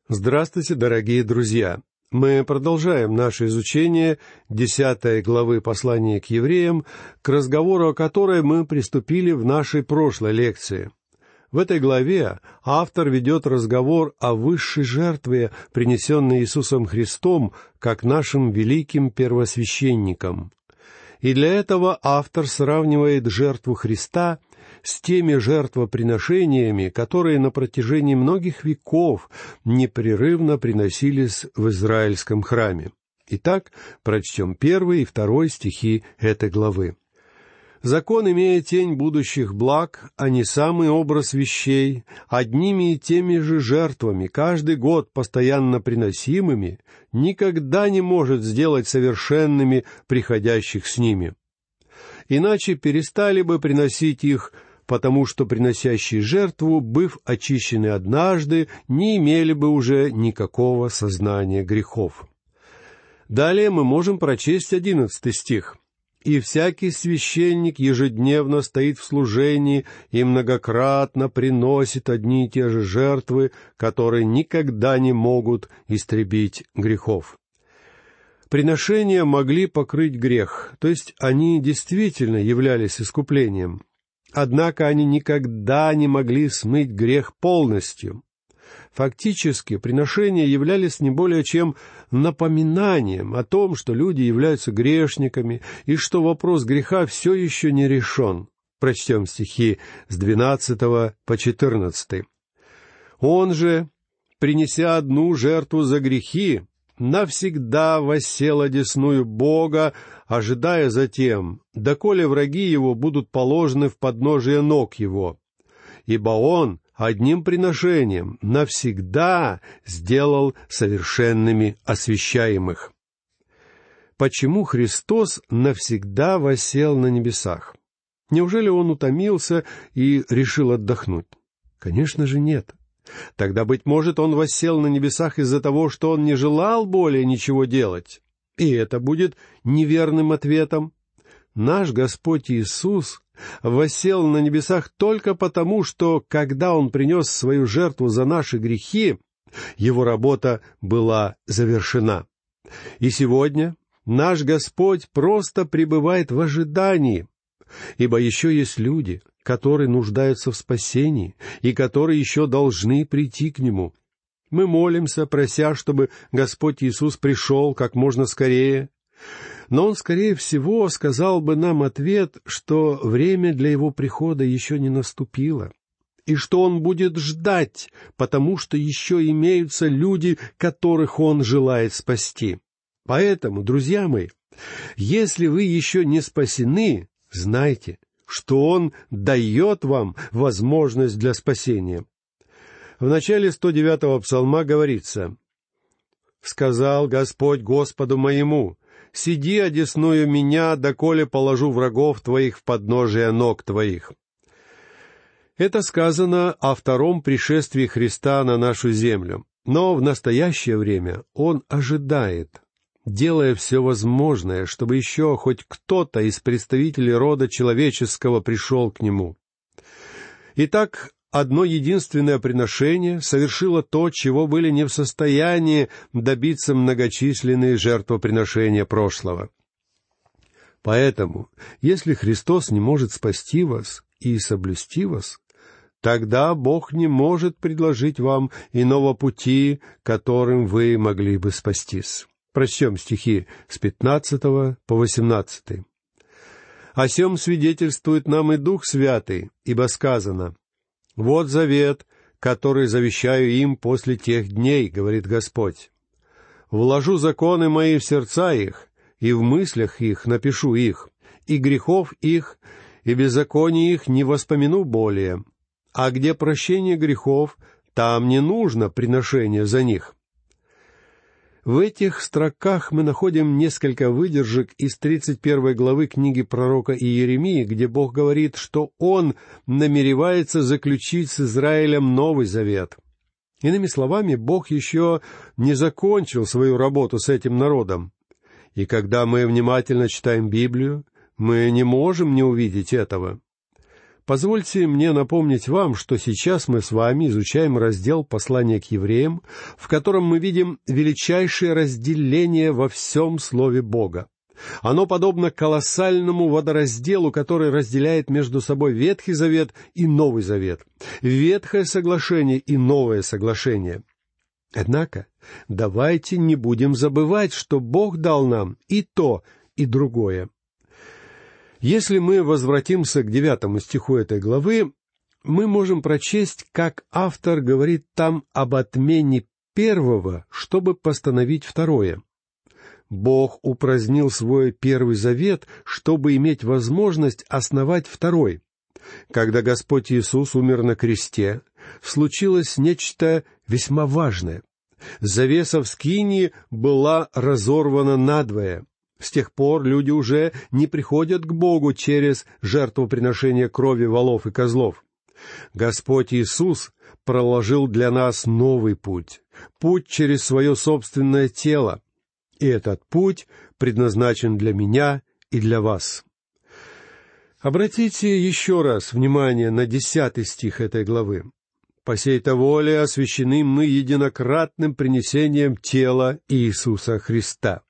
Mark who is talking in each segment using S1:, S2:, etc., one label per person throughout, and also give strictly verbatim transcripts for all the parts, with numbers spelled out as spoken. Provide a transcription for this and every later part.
S1: Здравствуйте, дорогие друзья! Мы продолжаем наше изучение десятой главы послания к евреям, к разговору о которой мы приступили в нашей прошлой лекции. В этой главе автор ведет разговор о высшей жертве, принесенной Иисусом Христом, как нашим великим первосвященником. И для этого автор сравнивает жертву Христа с теми жертвоприношениями, которые на протяжении многих веков непрерывно приносились в израильском храме. Итак, прочтем первый и второй стихи этой главы. «Закон, имея тень будущих благ, а не самый образ вещей, одними и теми же жертвами, каждый год постоянно приносимыми, никогда не может сделать совершенными приходящих с ними. Иначе перестали бы приносить их, потому что приносящие жертву, быв очищены однажды, не имели бы уже никакого сознания грехов». Далее мы можем прочесть одиннадцатый стих. «И всякий священник ежедневно стоит в служении и многократно приносит одни и те же жертвы, которые никогда не могут истребить грехов». Приношения могли покрыть грех, то есть они действительно являлись искуплением. Однако они никогда не могли смыть грех полностью. Фактически, приношения являлись не более чем напоминанием о том, что люди являются грешниками и что вопрос греха все еще не решен. Прочтем стихи с двенадцатого по четырнадцатый. «Он же, принеся одну жертву за грехи, навсегда воссел одесную Бога, ожидая затем, доколе враги его будут положены в подножие ног его. Ибо он одним приношением навсегда сделал совершенными освящаемых». Почему Христос навсегда воссел на небесах? Неужели он утомился и решил отдохнуть? Конечно же, нет. Тогда, быть может, он воссел на небесах из-за того, что он не желал более ничего делать. И это будет неверным ответом. Наш Господь Иисус воссел на небесах только потому, что, когда Он принес свою жертву за наши грехи, Его работа была завершена. И сегодня наш Господь просто пребывает в ожидании, ибо еще есть люди, которые нуждаются в спасении и которые еще должны прийти к Нему. Мы молимся, прося, чтобы Господь Иисус пришел как можно скорее. Но Он, скорее всего, сказал бы нам ответ, что время для Его прихода еще не наступило, и что Он будет ждать, потому что еще имеются люди, которых Он желает спасти. Поэтому, друзья мои, если вы еще не спасены, знайте, что Он дает вам возможность для спасения. В начале сто девятого псалма говорится: «Сказал Господь Господу моему: сиди одесную меня, доколе положу врагов твоих в подножие ног твоих». Это сказано о втором пришествии Христа на нашу землю. Но в настоящее время Он ожидает, делая все возможное, чтобы еще хоть кто-то из представителей рода человеческого пришел к Нему. Итак, одно единственное приношение совершило то, чего были не в состоянии добиться многочисленные жертвоприношения прошлого. Поэтому, если Христос не может спасти вас и соблюсти вас, тогда Бог не может предложить вам иного пути, которым вы могли бы спастись. Прочтем стихи с пятнадцатого по восемнадцатый. «О сем свидетельствует нам и Дух Святый, ибо сказано: вот завет, который завещаю им после тех дней, говорит Господь. Вложу законы мои в сердца их, и в мыслях их напишу их, и грехов их, и беззаконий их не воспомяну более. А где прощение грехов, там не нужно приношение за них». В этих строках мы находим несколько выдержек из тридцать первой главы книги пророка Иеремии, где Бог говорит, что Он намеревается заключить с Израилем новый завет. Иными словами, Бог еще не закончил свою работу с этим народом. И когда мы внимательно читаем Библию, мы не можем не увидеть этого. Позвольте мне напомнить вам, что сейчас мы с вами изучаем раздел послания к евреям, в котором мы видим величайшее разделение во всем Слове Бога. Оно подобно колоссальному водоразделу, который разделяет между собой Ветхий Завет и Новый Завет, Ветхое Соглашение и Новое Соглашение. Однако давайте не будем забывать, что Бог дал нам и то, и другое. Если мы возвратимся к девятому стиху этой главы, мы можем прочесть, как автор говорит там об отмене первого, чтобы постановить второе. Бог упразднил свой Первый Завет, чтобы иметь возможность основать второй. Когда Господь Иисус умер на кресте, случилось нечто весьма важное. Завеса в скинии была разорвана надвое. С тех пор люди уже не приходят к Богу через жертвоприношение крови волов и козлов. Господь Иисус проложил для нас новый путь, путь через свое собственное тело. И этот путь предназначен для меня и для вас. Обратите еще раз внимание на десятый стих этой главы. «По сей-то воле освящены мы единократным принесением тела Иисуса Христа».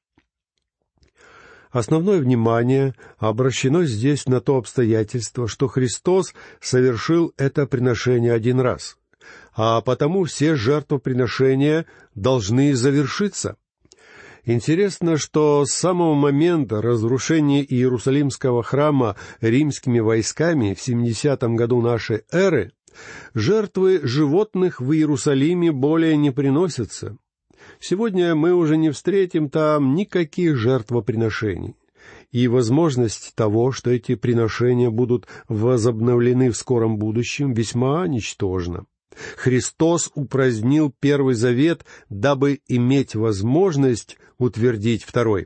S1: Основное внимание обращено здесь на то обстоятельство, что Христос совершил это приношение один раз, а потому все жертвоприношения должны завершиться. Интересно, что с самого момента разрушения Иерусалимского храма римскими войсками в семидесятом году нашей эры жертвы животных в Иерусалиме более не приносятся. Сегодня мы уже не встретим там никаких жертвоприношений, и возможность того, что эти приношения будут возобновлены в скором будущем, весьма ничтожна. Христос упразднил Первый Завет, дабы иметь возможность утвердить Второй.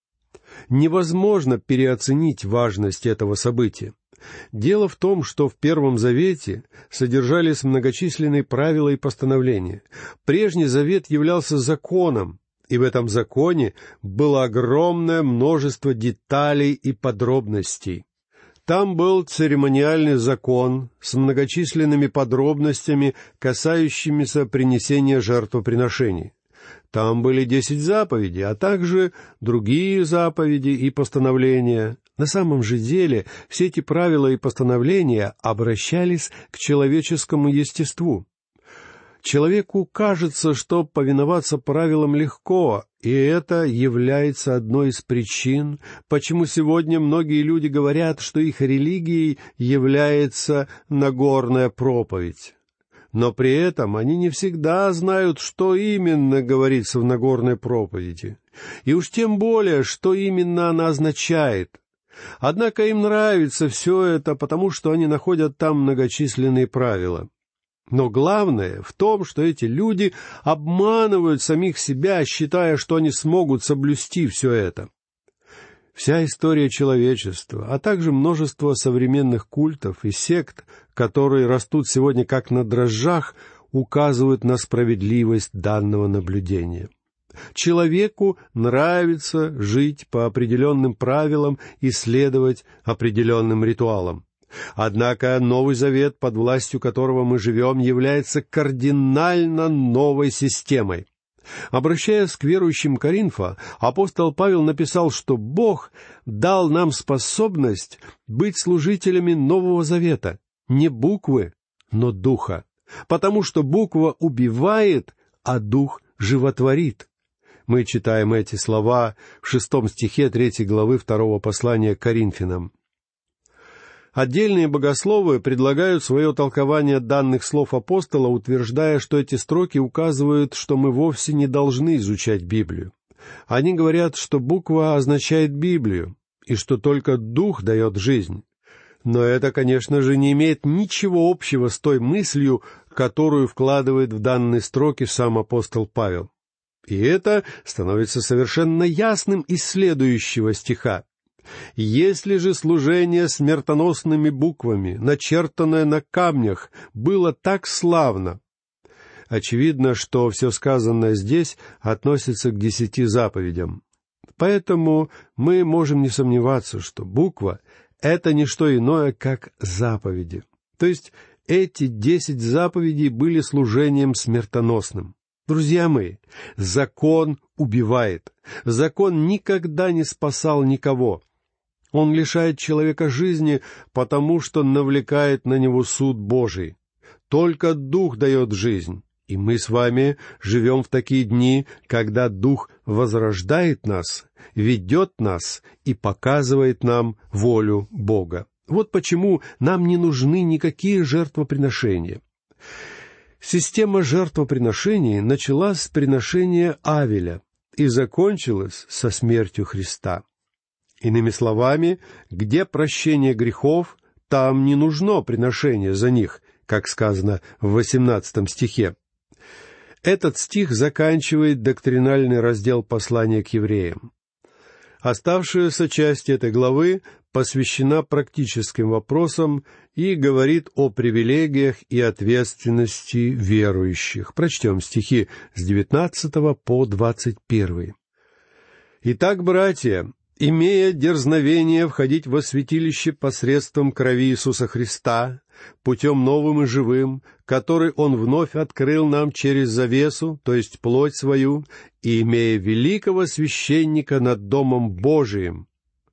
S1: Невозможно переоценить важность этого события. Дело в том, что в Первом Завете содержались многочисленные правила и постановления. Прежний Завет являлся законом, и в этом законе было огромное множество деталей и подробностей. Там был церемониальный закон с многочисленными подробностями, касающимися принесения жертвоприношений. Там были десять заповедей, а также другие заповеди и постановления. На самом же деле все эти правила и постановления обращались к человеческому естеству. Человеку кажется, что повиноваться правилам легко, и это является одной из причин, почему сегодня многие люди говорят, что их религией является Нагорная проповедь. Но при этом они не всегда знают, что именно говорится в Нагорной проповеди, и уж тем более, что именно она означает. Однако им нравится все это, потому что они находят там многочисленные правила. Но главное в том, что эти люди обманывают самих себя, считая, что они смогут соблюсти все это. Вся история человечества, а также множество современных культов и сект, которые растут сегодня как на дрожжах, указывают на справедливость данного наблюдения. Человеку нравится жить по определенным правилам и следовать определенным ритуалам. Однако Новый Завет, под властью которого мы живем, является кардинально новой системой. Обращаясь к верующим Коринфа, апостол Павел написал, что Бог дал нам способность быть служителями Нового Завета, не буквы, но духа, потому что буква убивает, а дух животворит. Мы читаем эти слова в шестом стихе третьей главы второго послания к Коринфянам. Отдельные богословы предлагают свое толкование данных слов апостола, утверждая, что эти строки указывают, что мы вовсе не должны изучать Библию. Они говорят, что буква означает Библию, и что только Дух дает жизнь. Но это, конечно же, не имеет ничего общего с той мыслью, которую вкладывает в данные строки сам апостол Павел. И это становится совершенно ясным из следующего стиха. «Если же служение смертоносными буквами, начертанное на камнях, было так славно». Очевидно, что все сказанное здесь относится к десяти заповедям. Поэтому мы можем не сомневаться, что буква — это не что иное, как заповеди. То есть эти десять заповедей были служением смертоносным. Друзья мои, закон убивает. Закон никогда не спасал никого. Он лишает человека жизни, потому что навлекает на него суд Божий. Только Дух дает жизнь. И мы с вами живем в такие дни, когда Дух возрождает нас, ведет нас и показывает нам волю Бога. Вот почему нам не нужны никакие жертвоприношения. Система жертвоприношений началась с приношения Авеля и закончилась со смертью Христа. Иными словами, где прощение грехов, там не нужно приношение за них, как сказано в восемнадцатом стихе. Этот стих заканчивает доктринальный раздел послания к евреям. Оставшаяся часть этой главы посвящена практическим вопросам и говорит о привилегиях и ответственности верующих. Прочтем стихи с девятнадцатого по двадцать первый. «Итак, братья, имея дерзновение входить во святилище посредством крови Иисуса Христа, путем новым и живым, который Он вновь открыл нам через завесу, то есть плоть свою, и имея великого священника над Домом Божиим».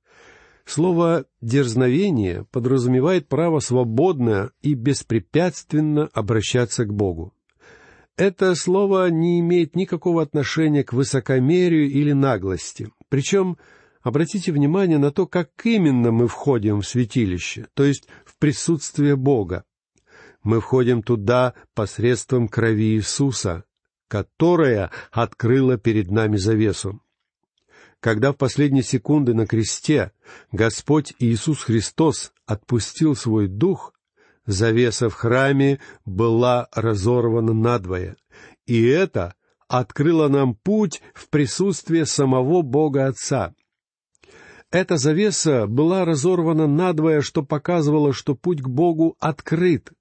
S1: Слово «дерзновение» подразумевает право свободно и беспрепятственно обращаться к Богу. Это слово не имеет никакого отношения к высокомерию или наглости. Причем, обратите внимание на то, как именно мы входим в святилище, то есть в присутствие Бога. Мы входим туда посредством крови Иисуса, которая открыла перед нами завесу. Когда в последние секунды на кресте Господь Иисус Христос отпустил свой Дух, завеса в храме была разорвана надвое, и это открыло нам путь в присутствие самого Бога Отца. Эта завеса была разорвана надвое, что показывало, что путь к Богу открыт.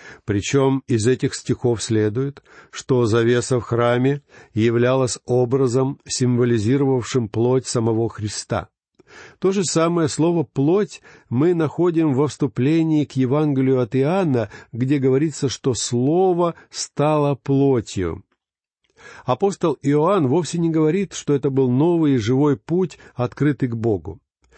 S1: Причем из этих стихов следует, что завеса в храме являлась образом, символизировавшим плоть самого Христа. То же самое слово «плоть» мы находим во вступлении к Евангелию от Иоанна, где говорится, что Слово стало плотью. Апостол Иоанн вовсе не говорит, что это был новый и живой путь, открытый к Богу.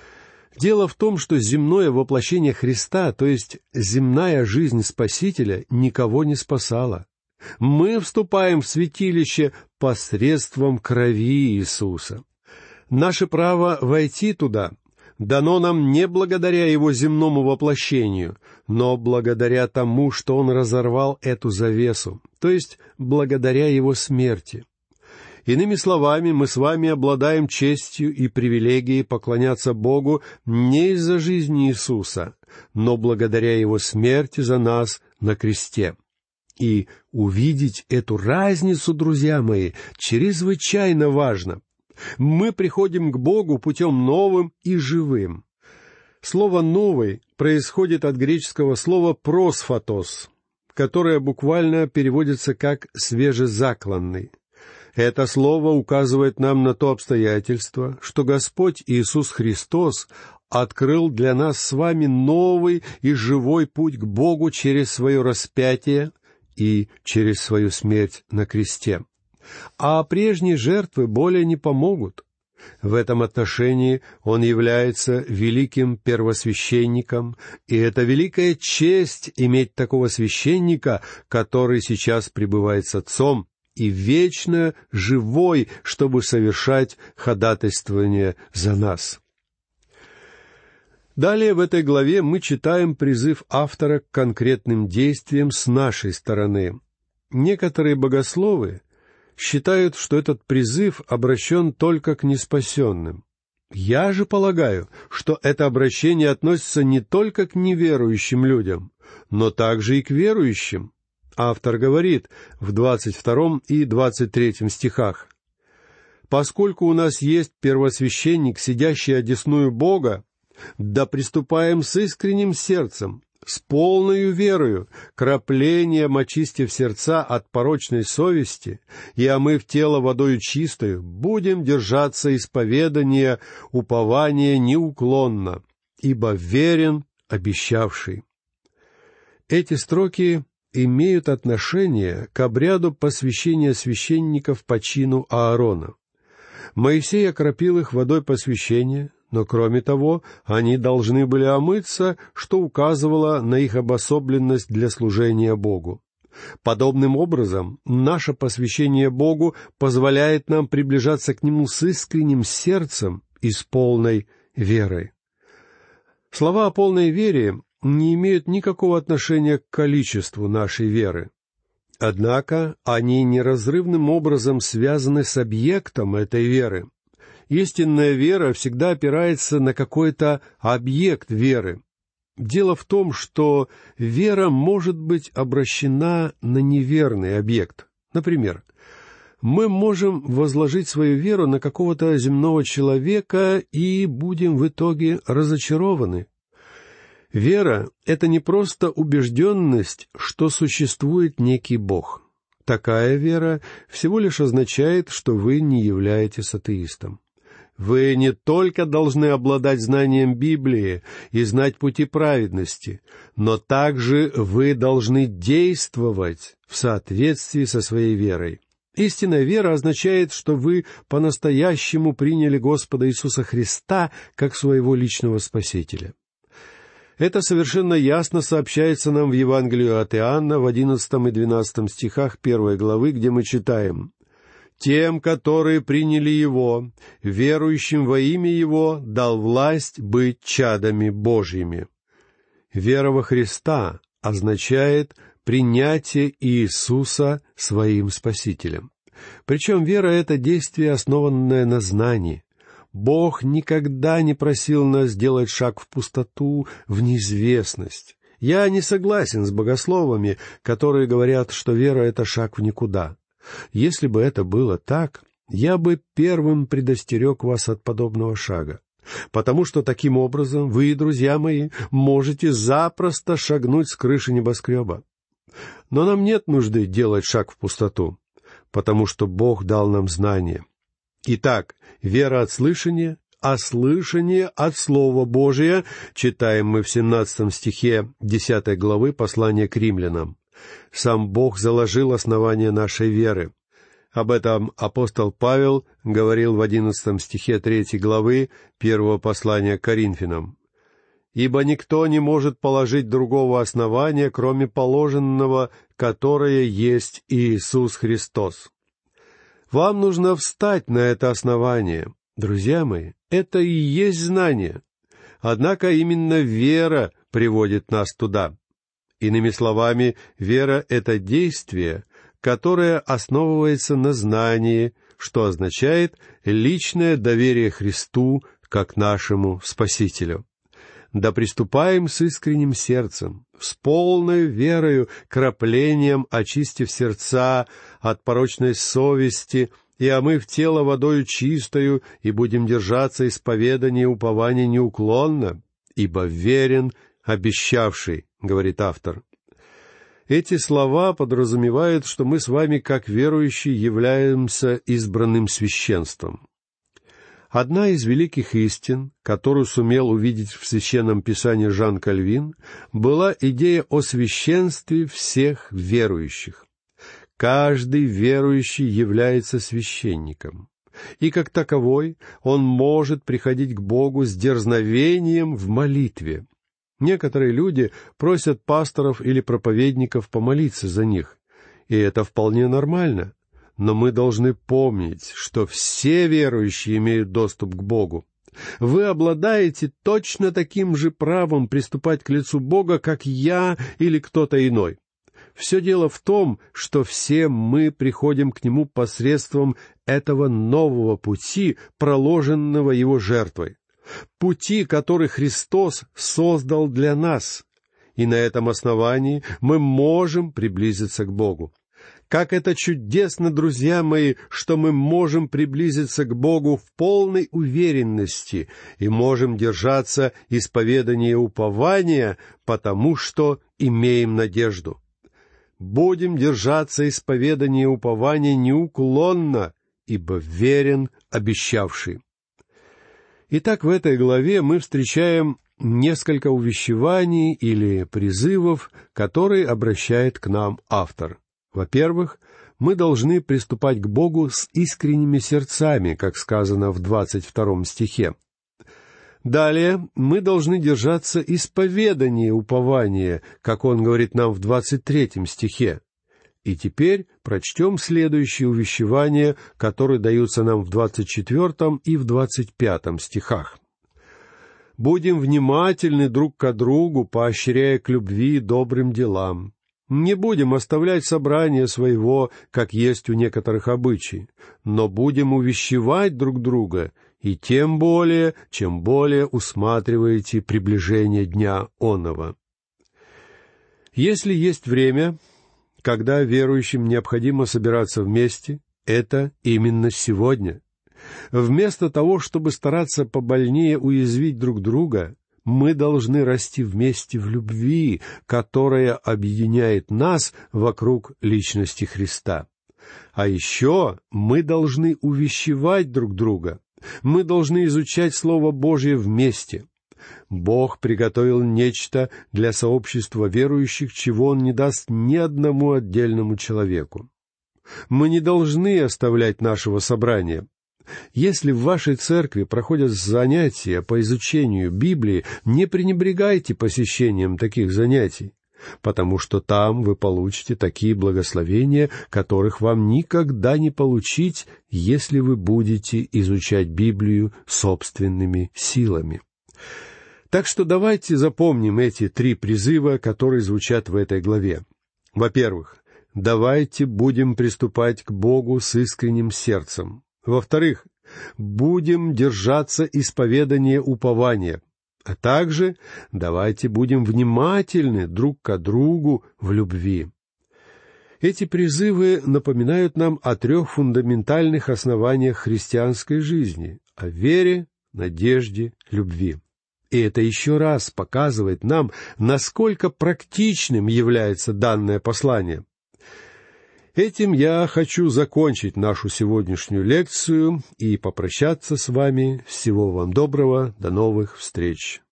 S1: Дело в том, что земное воплощение Христа, то есть земная жизнь Спасителя, никого не спасала. Мы вступаем в святилище посредством крови Иисуса. Наше право войти туда дано нам не благодаря Его земному воплощению, но благодаря тому, что Он разорвал эту завесу, то есть благодаря Его смерти. Иными словами, мы с вами обладаем честью и привилегией поклоняться Богу не из-за жизни Иисуса, но благодаря Его смерти за нас на кресте. И увидеть эту разницу, друзья мои, чрезвычайно важно. Мы приходим к Богу путем новым и живым. Слово «новый» происходит от греческого слова «просфатос», которое буквально переводится как «свежезакланный». Это слово указывает нам на то обстоятельство, что Господь Иисус Христос открыл для нас с вами новый и живой путь к Богу через свое распятие и через свою смерть на кресте. А прежние жертвы более не помогут. В этом отношении Он является великим первосвященником, и это великая честь иметь такого священника, который сейчас пребывает с Отцом, и вечно живой, чтобы совершать ходатайствование за нас. Далее в этой главе мы читаем призыв автора к конкретным действиям с нашей стороны. Некоторые богословы считают, что этот призыв обращен только к неспасенным. Я же полагаю, что это обращение относится не только к неверующим людям, но также и к верующим. Автор говорит в двадцать втором и двадцать третьем стихах: «Поскольку у нас есть первосвященник, сидящий одесную Бога, да приступаем с искренним сердцем, с полною верою, краплением очистив сердца от порочной совести и омыв тело водою чистою, будем держаться исповедания упования неуклонно, ибо верен обещавший». Эти строки имеют отношение к обряду посвящения священников по чину Аарона. Моисей окропил их водой посвящения, но, кроме того, они должны были омыться, что указывало на их обособленность для служения Богу. Подобным образом, наше посвящение Богу позволяет нам приближаться к Нему с искренним сердцем и с полной верой. Слова о полной вере не имеют никакого отношения к количеству нашей веры. Однако они неразрывным образом связаны с объектом этой веры. Истинная вера всегда опирается на какой-то объект веры. Дело в том, что вера может быть обращена на неверный объект. Например, мы можем возложить свою веру на какого-то земного человека и будем в итоге разочарованы. Вера — это не просто убежденность, что существует некий Бог. Такая вера всего лишь означает, что вы не являетесь атеистом. Вы не только должны обладать знанием Библии и знать пути праведности, но также вы должны действовать в соответствии со своей верой. Истинная вера означает, что вы по-настоящему приняли Господа Иисуса Христа как своего личного Спасителя. Это совершенно ясно сообщается нам в Евангелии от Иоанна в одиннадцатом и двенадцатом стихах первой главы, где мы читаем: «Тем, которые приняли Его, верующим во имя Его, дал власть быть чадами Божьими». Вера во Христа означает принятие Иисуса своим Спасителем. Причем вера — это действие, основанное на знании. Бог никогда не просил нас сделать шаг в пустоту, в неизвестность. Я не согласен с богословами, которые говорят, что вера — это шаг в никуда. Если бы это было так, я бы первым предостерег вас от подобного шага, потому что таким образом вы, друзья мои, можете запросто шагнуть с крыши небоскреба. Но нам нет нужды делать шаг в пустоту, потому что Бог дал нам знание. Итак, вера от слышания, а слышание от Слова Божия, читаем мы в семнадцатом стихе десятой главы послания к римлянам. Сам Бог заложил основание нашей веры. Об этом апостол Павел говорил в одиннадцатом стихе третьей главы первого послания к Коринфянам. «Ибо никто не может положить другого основания, кроме положенного, которое есть Иисус Христос». Вам нужно встать на это основание. Друзья мои, это и есть знание. Однако именно вера приводит нас туда. Иными словами, вера — это действие, которое основывается на знании, что означает личное доверие Христу как нашему Спасителю. Да приступаем с искренним сердцем, с полной верою, краплением очистив сердца от порочной совести и омыв тело водою чистою, и будем держаться исповедания и упования неуклонно, ибо верен обещавший, говорит автор. Эти слова подразумевают, что мы с вами, как верующие, являемся избранным священством. Одна из великих истин, которую сумел увидеть в Священном Писании Жан Кальвин, была идея о священстве всех верующих. Каждый верующий является священником, и как таковой он может приходить к Богу с дерзновением в молитве. Некоторые люди просят пасторов или проповедников помолиться за них, и это вполне нормально. Но мы должны помнить, что все верующие имеют доступ к Богу. Вы обладаете точно таким же правом приступать к лицу Бога, как я или кто-то иной. Все дело в том, что все мы приходим к Нему посредством этого нового пути, проложенного Его жертвой. Пути, который Христос создал для нас. И на этом основании мы можем приблизиться к Богу. Как это чудесно, друзья мои, что мы можем приблизиться к Богу в полной уверенности и можем держаться исповедания и упования, потому что имеем надежду. Будем держаться исповедания и упования неуклонно, ибо верен обещавший. Итак, в этой главе мы встречаем несколько увещеваний или призывов, которые обращает к нам автор. Во-первых, мы должны приступать к Богу с искренними сердцами, как сказано в двадцать втором стихе. Далее мы должны держаться исповедания упования, как он говорит нам в двадцать третьем стихе. И теперь прочтем следующие увещевания, которые даются нам в двадцать четвертом и в двадцать пятом стихах. «Будем внимательны друг к другу, поощряя к любви и добрым делам. Не будем оставлять собрание своего, как есть у некоторых обычай, но будем увещевать друг друга, и тем более, чем более усматриваете приближение дня оного». Если есть время, когда верующим необходимо собираться вместе, это именно сегодня. Вместо того, чтобы стараться побольнее уязвить друг друга, мы должны расти вместе в любви, которая объединяет нас вокруг личности Христа. А еще мы должны увещевать друг друга. Мы должны изучать Слово Божье вместе. Бог приготовил нечто для сообщества верующих, чего Он не даст ни одному отдельному человеку. Мы не должны оставлять нашего собрания. Если в вашей церкви проходят занятия по изучению Библии, не пренебрегайте посещением таких занятий, потому что там вы получите такие благословения, которых вам никогда не получить, если вы будете изучать Библию собственными силами. Так что давайте запомним эти три призыва, которые звучат в этой главе. Во-первых, давайте будем приступать к Богу с искренним сердцем. Во-вторых, будем держаться исповедания упования. А также давайте будем внимательны друг к другу в любви. Эти призывы напоминают нам о трех фундаментальных основаниях христианской жизни — о вере, надежде, любви. И это еще раз показывает нам, насколько практичным является данное послание. Этим я хочу закончить нашу сегодняшнюю лекцию и попрощаться с вами. Всего вам доброго, до новых встреч!